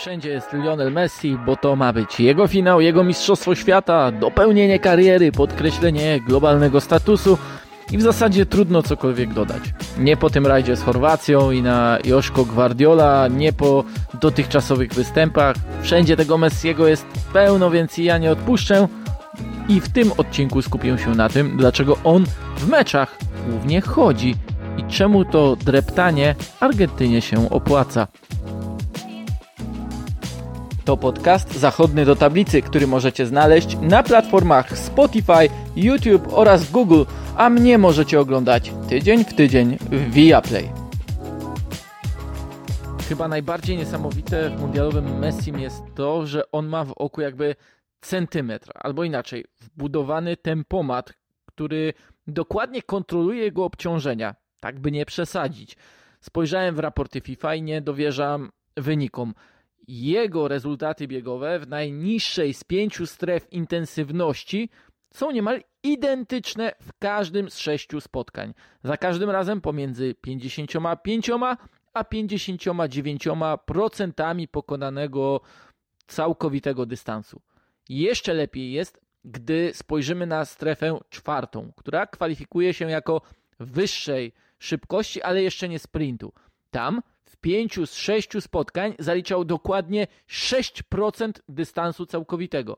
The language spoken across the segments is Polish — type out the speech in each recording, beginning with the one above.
Wszędzie jest Lionel Messi, bo to ma być jego finał, jego mistrzostwo świata, dopełnienie kariery, podkreślenie globalnego statusu i w zasadzie trudno cokolwiek dodać. Nie po tym rajdzie z Chorwacją i na Joszko Gvardiola, nie po dotychczasowych występach. Wszędzie tego Messiego jest pełno, więc ja nie odpuszczę. I w tym odcinku skupię się na tym, dlaczego on w meczach głównie chodzi i czemu to dreptanie Argentynie się opłaca. To podcast Zachodny do Tablicy, który możecie znaleźć na platformach Spotify, YouTube oraz Google, a mnie możecie oglądać tydzień w tydzień w Viaplay. Chyba najbardziej niesamowite w mundialowym Messim jest to, że on ma w oku jakby centymetr, albo inaczej, wbudowany tempomat, który dokładnie kontroluje jego obciążenia, tak by nie przesadzić. Spojrzałem w raporty FIFA i nie dowierzam wynikom. Jego rezultaty biegowe w najniższej z 5 stref intensywności są niemal identyczne w każdym z 6 spotkań. Za każdym razem pomiędzy 55 a 59% pokonanego całkowitego dystansu. Jeszcze lepiej jest, gdy spojrzymy na strefę czwartą, która kwalifikuje się jako wyższej szybkości, ale jeszcze nie sprintu. Tam w 5 z 6 spotkań zaliczał dokładnie 6% dystansu całkowitego.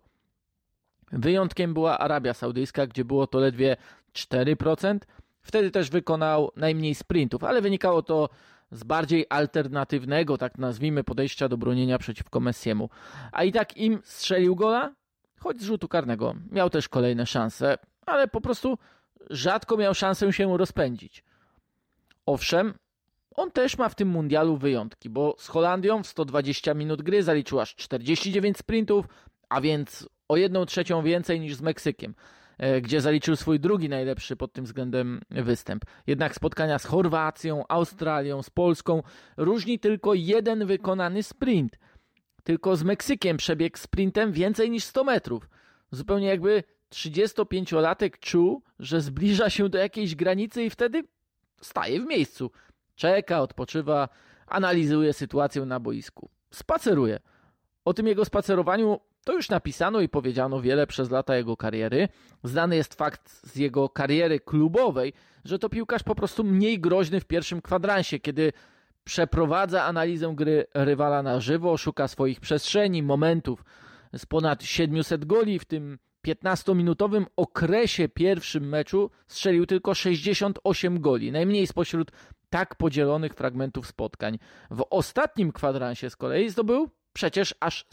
Wyjątkiem była Arabia Saudyjska, gdzie było to ledwie 4%. Wtedy też wykonał najmniej sprintów, ale wynikało to z bardziej alternatywnego, tak nazwijmy, podejścia do bronienia przeciwko Messiemu. A i tak im strzelił gola, choć z rzutu karnego. Miał też kolejne szanse, ale po prostu rzadko miał szansę się rozpędzić. Owszem, on też ma w tym mundialu wyjątki, bo z Holandią w 120 minut gry zaliczył aż 49 sprintów, a więc o 1/3 więcej niż z Meksykiem, gdzie zaliczył swój drugi najlepszy pod tym względem występ. Jednak spotkania z Chorwacją, Australią, z Polską różni tylko jeden wykonany sprint. Tylko z Meksykiem przebiegł sprintem więcej niż 100 metrów. Zupełnie jakby 35-latek czuł, że zbliża się do jakiejś granicy i wtedy staje w miejscu. Czeka, odpoczywa, analizuje sytuację na boisku. Spaceruje. O tym jego spacerowaniu to już napisano i powiedziano wiele przez lata jego kariery. Znany jest fakt z jego kariery klubowej, że to piłkarz po prostu mniej groźny w pierwszym kwadransie, kiedy przeprowadza analizę gry rywala na żywo, szuka swoich przestrzeni, momentów. Z ponad 700 goli w tym 15-minutowym okresie pierwszym meczu strzelił tylko 68 goli, najmniej spośród tak podzielonych fragmentów spotkań. W ostatnim kwadransie z kolei zdobył przecież aż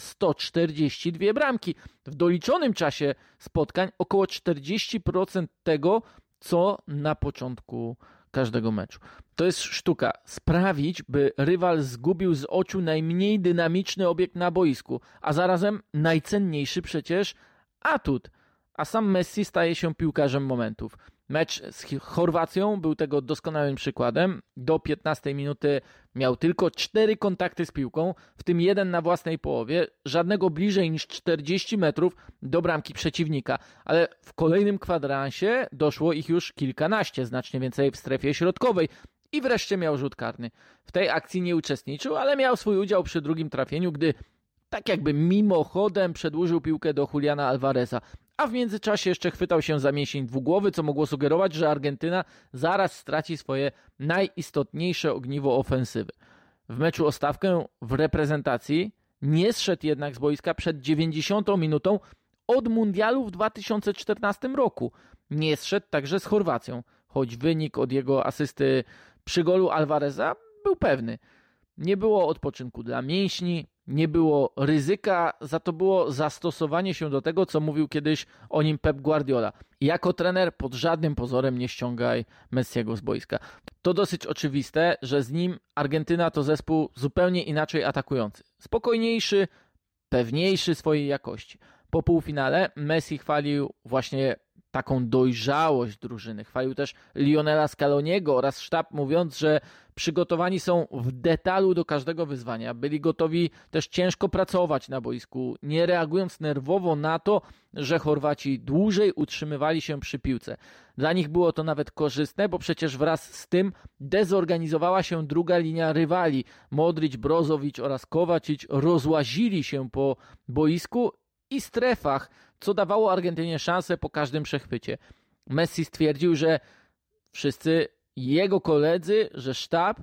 142 bramki. W doliczonym czasie spotkań około 40% tego, co na początku każdego meczu. To jest sztuka. Sprawić, by rywal zgubił z oczu najmniej dynamiczny obiekt na boisku, a zarazem najcenniejszy przecież atut. A sam Messi staje się piłkarzem momentów. Mecz z Chorwacją był tego doskonałym przykładem. Do 15 minuty miał tylko 4 kontakty z piłką, w tym jeden na własnej połowie, żadnego bliżej niż 40 metrów do bramki przeciwnika. Ale w kolejnym kwadransie doszło ich już kilkanaście, znacznie więcej w strefie środkowej. I wreszcie miał rzut karny. W tej akcji nie uczestniczył, ale miał swój udział przy drugim trafieniu, gdy tak jakby mimochodem przedłużył piłkę do Juliana Alvareza. A w międzyczasie jeszcze chwytał się za mięsień dwugłowy, co mogło sugerować, że Argentyna zaraz straci swoje najistotniejsze ogniwo ofensywy. W meczu o stawkę w reprezentacji nie zszedł jednak z boiska przed 90 minutą od mundialu w 2014 roku. Nie zszedł także z Chorwacją, choć wynik od jego asysty przy golu Alvareza był pewny. Nie było odpoczynku dla mięśni, nie było ryzyka, za to było zastosowanie się do tego, co mówił kiedyś o nim Pep Guardiola. Jako trener pod żadnym pozorem nie ściągaj Messiego z boiska. To dosyć oczywiste, że z nim Argentyna to zespół zupełnie inaczej atakujący. Spokojniejszy, pewniejszy swojej jakości. Po półfinale Messi chwalił właśnie taką dojrzałość drużyny. Chwalił też Lionela Scaloniego oraz sztab, mówiąc, że przygotowani są w detalu do każdego wyzwania. Byli gotowi też ciężko pracować na boisku, nie reagując nerwowo na to, że Chorwaci dłużej utrzymywali się przy piłce. Dla nich było to nawet korzystne, bo przecież wraz z tym dezorganizowała się druga linia rywali. Modrić, Brozovic oraz Kovacic rozłazili się po boisku i strefach, co dawało Argentynie szansę po każdym przechwycie. Messi stwierdził, że wszyscy jego koledzy, że sztab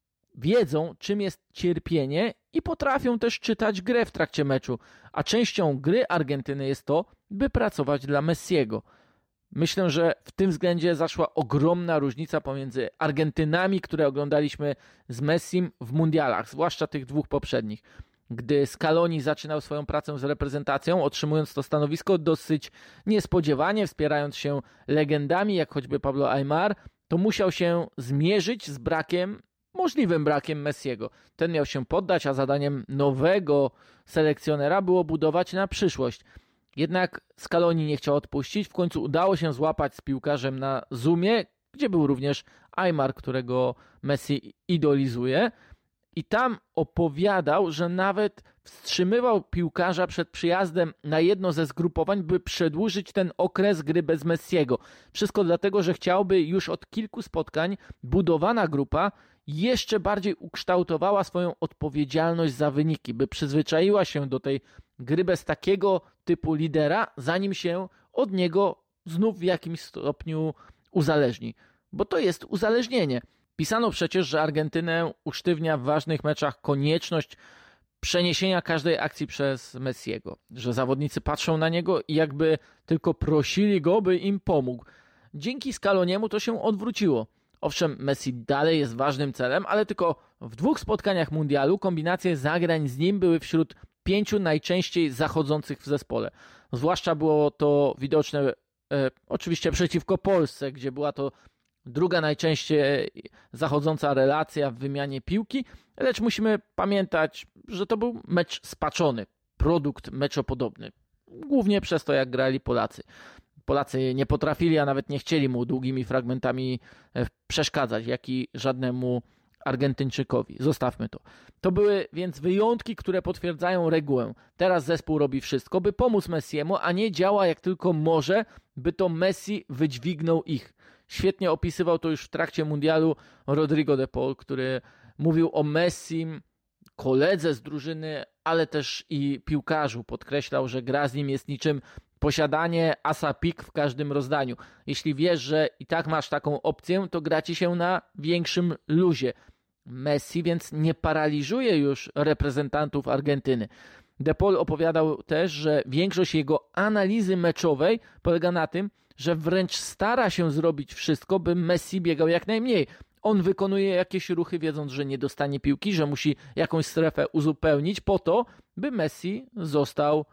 wiedzą, czym jest cierpienie i potrafią też czytać grę w trakcie meczu, a częścią gry Argentyny jest to, by pracować dla Messiego. Myślę, że w tym względzie zaszła ogromna różnica pomiędzy Argentynami, które oglądaliśmy z Messim w mundialach, zwłaszcza tych dwóch poprzednich. Gdy Scaloni zaczynał swoją pracę z reprezentacją, otrzymując to stanowisko dosyć niespodziewanie, wspierając się legendami jak choćby Pablo Aimar, to musiał się zmierzyć z możliwym brakiem Messiego. Ten miał się poddać, a zadaniem nowego selekcjonera było budować na przyszłość. Jednak Scaloni nie chciał odpuścić, w końcu udało się złapać z piłkarzem na Zoomie, gdzie był również Aimar, którego Messi idolizuje. I tam opowiadał, że nawet wstrzymywał piłkarza przed przyjazdem na jedno ze zgrupowań, by przedłużyć ten okres gry bez Messiego. Wszystko dlatego, że chciałby już od kilku spotkań budowana grupa jeszcze bardziej ukształtowała swoją odpowiedzialność za wyniki, by przyzwyczaiła się do tej gry bez takiego typu lidera, zanim się od niego znów w jakimś stopniu uzależni. Bo to jest uzależnienie. Pisano przecież, że Argentynę usztywnia w ważnych meczach konieczność przeniesienia każdej akcji przez Messiego, że zawodnicy patrzą na niego i jakby tylko prosili go, by im pomógł. Dzięki Scaloniemu to się odwróciło. Owszem, Messi dalej jest ważnym celem, ale tylko w 2 spotkaniach mundialu kombinacje zagrań z nim były wśród 5 najczęściej zachodzących w zespole. Zwłaszcza było to widoczne oczywiście przeciwko Polsce, gdzie była to druga najczęściej zachodząca relacja w wymianie piłki, lecz musimy pamiętać, że to był mecz spaczony, produkt meczopodobny. Głównie przez to, jak grali Polacy. Polacy nie potrafili, a nawet nie chcieli mu długimi fragmentami przeszkadzać, jak i żadnemu Argentyńczykowi. Zostawmy to. To były więc wyjątki, które potwierdzają regułę. Teraz zespół robi wszystko, by pomóc Messiemu, a nie działa jak tylko może, by to Messi wydźwignął ich. Świetnie opisywał to już w trakcie mundialu Rodrigo de Paul, który mówił o Messim, koledze z drużyny, ale też i piłkarzu. Podkreślał, że gra z nim jest niczym posiadanie asa pik w każdym rozdaniu. Jeśli wiesz, że i tak masz taką opcję, to gra ci się na większym luzie. Messi więc nie paraliżuje już reprezentantów Argentyny. De Paul opowiadał też, że większość jego analizy meczowej polega na tym, że wręcz stara się zrobić wszystko, by Messi biegał jak najmniej. On wykonuje jakieś ruchy, wiedząc, że nie dostanie piłki, że musi jakąś strefę uzupełnić po to, by Messi został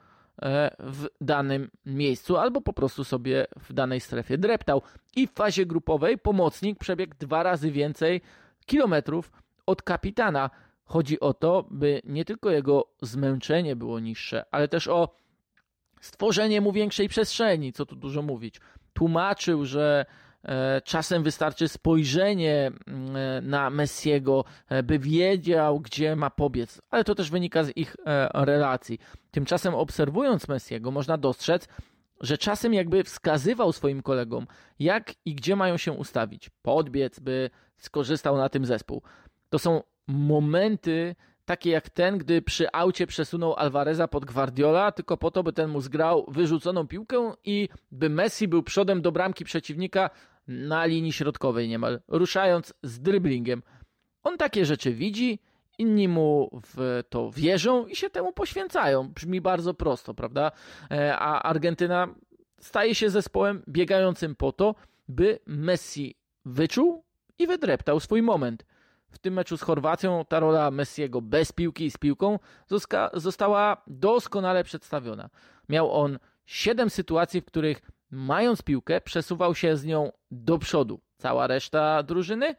w danym miejscu albo po prostu sobie w danej strefie dreptał. I w fazie grupowej pomocnik przebiegł 2 razy więcej kilometrów od kapitana. Chodzi o to, by nie tylko jego zmęczenie było niższe, ale też o stworzenie mu większej przestrzeni, co tu dużo mówić. Tłumaczył, że czasem wystarczy spojrzenie na Messiego, by wiedział, gdzie ma pobiec, ale to też wynika z ich relacji. Tymczasem obserwując Messiego można dostrzec, że czasem jakby wskazywał swoim kolegom, jak i gdzie mają się ustawić, podbiec, by skorzystał na tym zespół. To są momenty takie jak ten, gdy przy aucie przesunął Alvareza pod Guardiola, tylko po to, by ten mu zgrał wyrzuconą piłkę i by Messi był przodem do bramki przeciwnika na linii środkowej niemal, ruszając z dryblingiem. On takie rzeczy widzi, inni mu w to wierzą i się temu poświęcają. Brzmi bardzo prosto, prawda? A Argentyna staje się zespołem biegającym po to, by Messi wyczuł i wydreptał swój moment. W tym meczu z Chorwacją ta rola Messiego bez piłki i z piłką została doskonale przedstawiona. Miał on 7 sytuacji, w których mając piłkę przesuwał się z nią do przodu. Cała reszta drużyny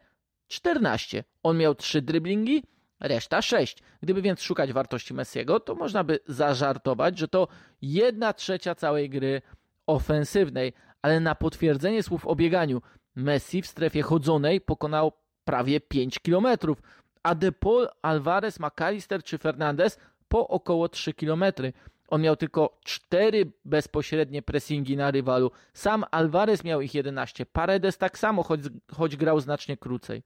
14. On miał 3 driblingi, reszta 6. Gdyby więc szukać wartości Messiego, to można by zażartować, że to 1/3 całej gry ofensywnej, ale na potwierdzenie słów o bieganiu Messi w strefie chodzonej pokonał prawie 5 km, a De Paul, Alvarez, McAllister czy Fernandez po około 3 km. On miał tylko 4 bezpośrednie pressingi na rywalu. Sam Alvarez miał ich 11. Paredes tak samo, choć grał znacznie krócej.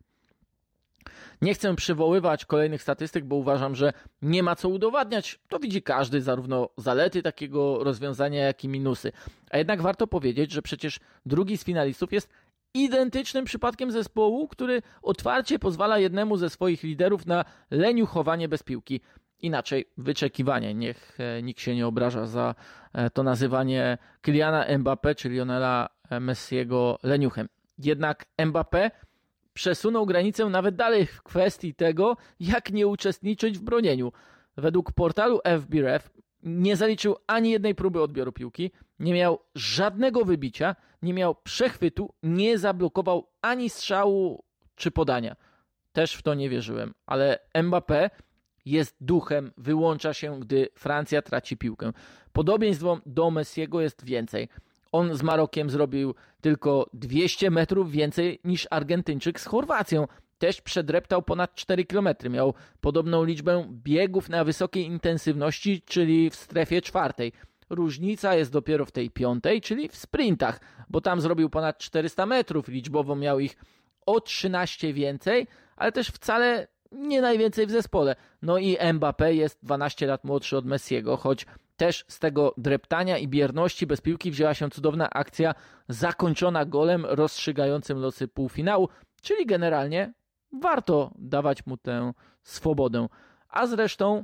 Nie chcę przywoływać kolejnych statystyk, bo uważam, że nie ma co udowadniać. To widzi każdy, zarówno zalety takiego rozwiązania, jak i minusy. A jednak warto powiedzieć, że przecież drugi z finalistów jest identycznym przypadkiem zespołu, który otwarcie pozwala jednemu ze swoich liderów na leniuchowanie bez piłki. Inaczej wyczekiwanie. Niech nikt się nie obraża za to nazywanie Kyliana Mbappé czy Lionela Messiego leniuchem. Jednak Mbappé przesunął granicę nawet dalej w kwestii tego, jak nie uczestniczyć w bronieniu. Według portalu FBref nie zaliczył ani jednej próby odbioru piłki, nie miał żadnego wybicia, nie miał przechwytu, nie zablokował ani strzału czy podania. Też w to nie wierzyłem, ale Mbappé jest duchem, wyłącza się, gdy Francja traci piłkę. Podobieństw do Messiego jest więcej. On z Marokiem zrobił tylko 200 metrów więcej niż Argentyńczyk z Chorwacją. Też przedreptał ponad 4 km. Miał podobną liczbę biegów na wysokiej intensywności, czyli w strefie 4. Różnica jest dopiero w tej 5, czyli w sprintach, bo tam zrobił ponad 400 metrów. Liczbowo miał ich o 13 więcej, ale też wcale nie najwięcej w zespole. No i Mbappé jest 12 lat młodszy od Messiego, choć też z tego dreptania i bierności bez piłki wzięła się cudowna akcja zakończona golem rozstrzygającym losy półfinału, czyli generalnie warto dawać mu tę swobodę. A zresztą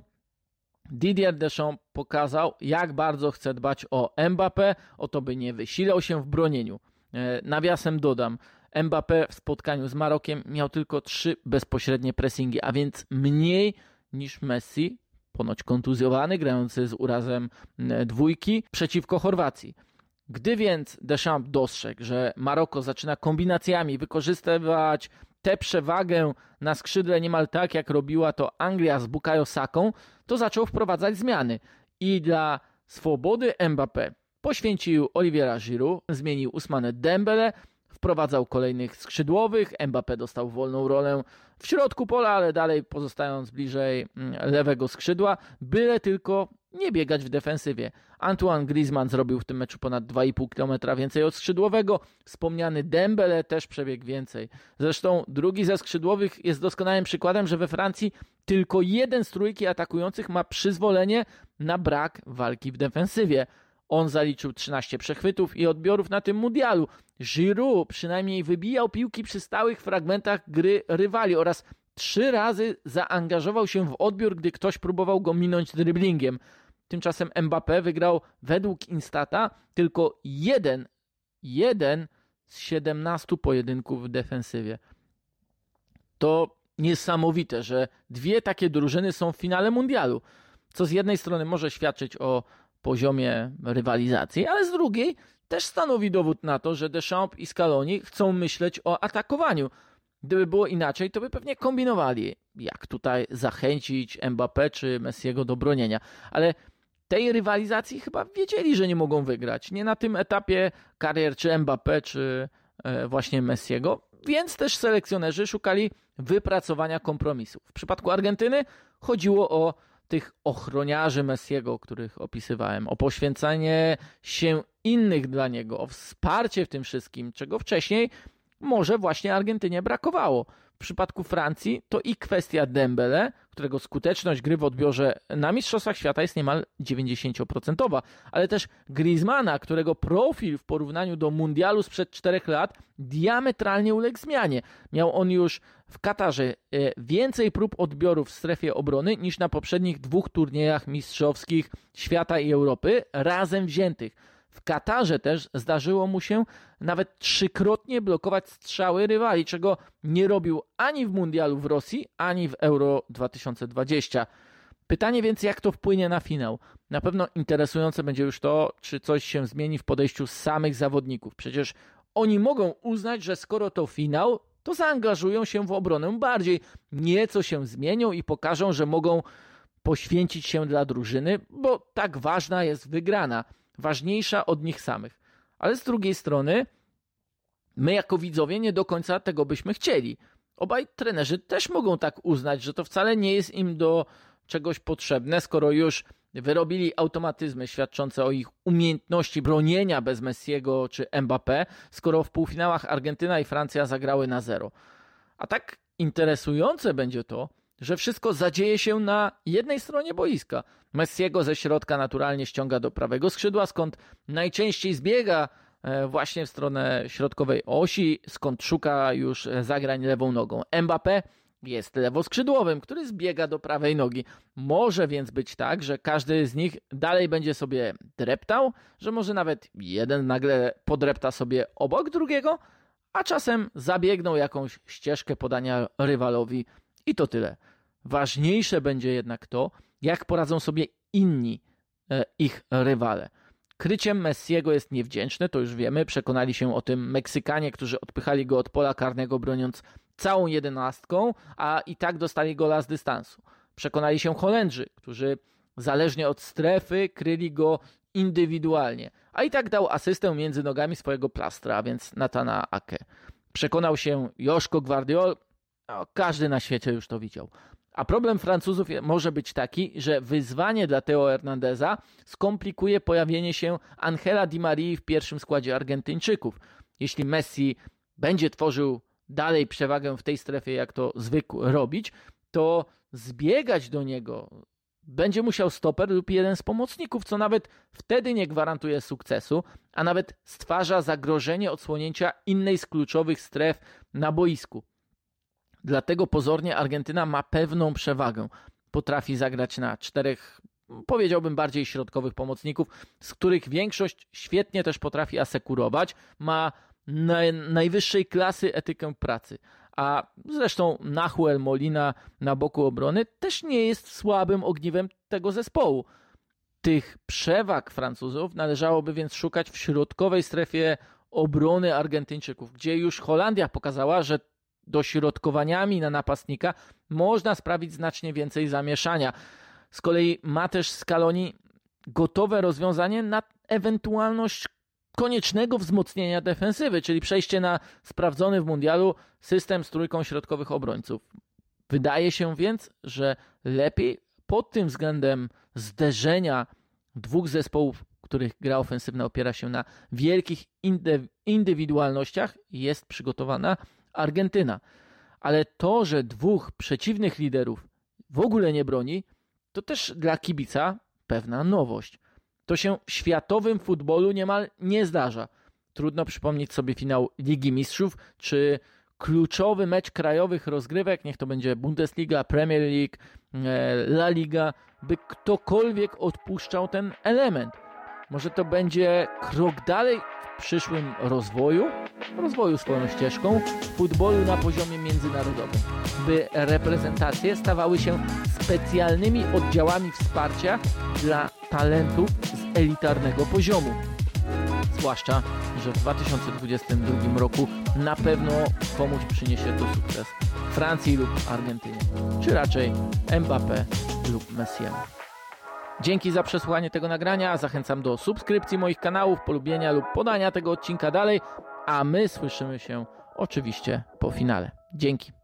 Didier Deschamps pokazał, jak bardzo chce dbać o Mbappé, o to, by nie wysilał się w bronieniu. Nawiasem dodam, Mbappé w spotkaniu z Marokiem miał tylko 3 bezpośrednie pressingi, a więc mniej niż Messi, ponoć kontuzjowany, grający z urazem 2 przeciwko Chorwacji. Gdy więc Deschamps dostrzegł, że Maroko zaczyna kombinacjami wykorzystywać tę przewagę na skrzydle niemal tak, jak robiła to Anglia z Bukayo Saką, to zaczął wprowadzać zmiany. I dla swobody Mbappé poświęcił Oliviera Giroud, zmienił Ousmane Dembele, wprowadzał kolejnych skrzydłowych, Mbappé dostał wolną rolę w środku pola, ale dalej pozostając bliżej lewego skrzydła, byle tylko nie biegać w defensywie. Antoine Griezmann zrobił w tym meczu ponad 2,5 km więcej od skrzydłowego, wspomniany Dembele też przebiegł więcej. Zresztą drugi ze skrzydłowych jest doskonałym przykładem, że we Francji tylko jeden z trójki atakujących ma przyzwolenie na brak walki w defensywie. On zaliczył 13 przechwytów i odbiorów na tym mundialu. Giroud przynajmniej wybijał piłki przy stałych fragmentach gry rywali oraz 3 razy zaangażował się w odbiór, gdy ktoś próbował go minąć driblingiem. Tymczasem Mbappé wygrał według Instata tylko jeden z 17 pojedynków w defensywie. To niesamowite, że 2 takie drużyny są w finale mundialu, co z jednej strony może świadczyć o poziomie rywalizacji, ale z drugiej też stanowi dowód na to, że Deschamps i Scaloni chcą myśleć o atakowaniu. Gdyby było inaczej, to by pewnie kombinowali, jak tutaj zachęcić Mbappé czy Messiego do bronienia. Ale tej rywalizacji chyba wiedzieli, że nie mogą wygrać. Nie na tym etapie karier czy Mbappé, czy właśnie Messiego. Więc też selekcjonerzy szukali wypracowania kompromisu. W przypadku Argentyny chodziło o tych ochroniarzy Messiego, których opisywałem, o poświęcanie się innych dla niego, o wsparcie w tym wszystkim, czego wcześniej może właśnie Argentynie brakowało. W przypadku Francji to i kwestia Dembele, którego skuteczność gry w odbiorze na Mistrzostwach Świata jest niemal 90%, ale też Griezmana, którego profil w porównaniu do mundialu sprzed 4 lat diametralnie uległ zmianie. Miał on już w Katarze więcej prób odbioru w strefie obrony niż na poprzednich 2 turniejach mistrzowskich świata i Europy razem wziętych. W Katarze też zdarzyło mu się nawet 3-krotnie blokować strzały rywali, czego nie robił ani w mundialu w Rosji, ani w Euro 2020. Pytanie więc, jak to wpłynie na finał? Na pewno interesujące będzie już to, czy coś się zmieni w podejściu samych zawodników. Przecież oni mogą uznać, że skoro to finał, to zaangażują się w obronę bardziej. Nieco się zmienią i pokażą, że mogą poświęcić się dla drużyny, bo tak ważna jest wygrana. Ważniejsza od nich samych. Ale z drugiej strony my jako widzowie nie do końca tego byśmy chcieli. Obaj trenerzy też mogą tak uznać, że to wcale nie jest im do czegoś potrzebne, skoro już wyrobili automatyzmy świadczące o ich umiejętności bronienia bez Messiego czy Mbappé, skoro w półfinałach Argentyna i Francja zagrały na 0. A tak interesujące będzie to, że wszystko zadzieje się na jednej stronie boiska. Messiego ze środka naturalnie ściąga do prawego skrzydła, skąd najczęściej zbiega właśnie w stronę środkowej osi, skąd szuka już zagrań lewą nogą. Mbappé jest lewoskrzydłowym, który zbiega do prawej nogi. Może więc być tak, że każdy z nich dalej będzie sobie dreptał, że może nawet jeden nagle podrepta sobie obok drugiego, a czasem zabiegną jakąś ścieżkę podania rywalowi i to tyle. Ważniejsze będzie jednak to, jak poradzą sobie inni ich rywale. Kryciem Messiego jest niewdzięczne, to już wiemy. Przekonali się o tym Meksykanie, którzy odpychali go od pola karnego, broniąc całą 11, a i tak dostali gola z dystansu. Przekonali się Holendrzy, którzy zależnie od strefy kryli go indywidualnie, a i tak dał asystę między nogami swojego plastra, a więc Nathana Ake. Przekonał się Joszko Gvardiol, każdy na świecie już to widział. A problem Francuzów może być taki, że wyzwanie dla Theo Hernandeza skomplikuje pojawienie się Angela Di Marii w pierwszym składzie Argentyńczyków. Jeśli Messi będzie tworzył dalej przewagę w tej strefie, jak to zwykł robić, to zbiegać do niego będzie musiał stoper lub jeden z pomocników, co nawet wtedy nie gwarantuje sukcesu, a nawet stwarza zagrożenie odsłonięcia innej z kluczowych stref na boisku. Dlatego pozornie Argentyna ma pewną przewagę. Potrafi zagrać na 4, powiedziałbym bardziej środkowych pomocników, z których większość świetnie też potrafi asekurować. Ma najwyższej klasy etykę pracy. A zresztą Nahuel Molina na boku obrony też nie jest słabym ogniwem tego zespołu. Tych przewag Francuzów należałoby więc szukać w środkowej strefie obrony Argentyńczyków, gdzie już Holandia pokazała, że dośrodkowaniami na napastnika można sprawić znacznie więcej zamieszania. Z kolei ma też Scaloni gotowe rozwiązanie na ewentualność koniecznego wzmocnienia defensywy, czyli przejście na sprawdzony w mundialu system z trójką środkowych obrońców. Wydaje się więc, że lepiej pod tym względem zderzenia dwóch zespołów, których gra ofensywna opiera się na wielkich indywidualnościach, jest przygotowana Argentyna. Ale to, że dwóch przeciwnych liderów w ogóle nie broni, to też dla kibica pewna nowość. To się w światowym futbolu niemal nie zdarza. Trudno przypomnieć sobie finał Ligi Mistrzów, czy kluczowy mecz krajowych rozgrywek, niech to będzie Bundesliga, Premier League, La Liga, by ktokolwiek odpuszczał ten element. Może to będzie krok dalej w przyszłym rozwoju swoją ścieżką futbolu na poziomie międzynarodowym, by reprezentacje stawały się specjalnymi oddziałami wsparcia dla talentów z elitarnego poziomu. Zwłaszcza, że w 2022 roku na pewno komuś przyniesie to sukces Francji lub Argentynie, czy raczej Mbappé lub Messiemu. Dzięki za przesłuchanie tego nagrania, zachęcam do subskrypcji moich kanałów, polubienia lub podania tego odcinka dalej, a my słyszymy się oczywiście po finale. Dzięki.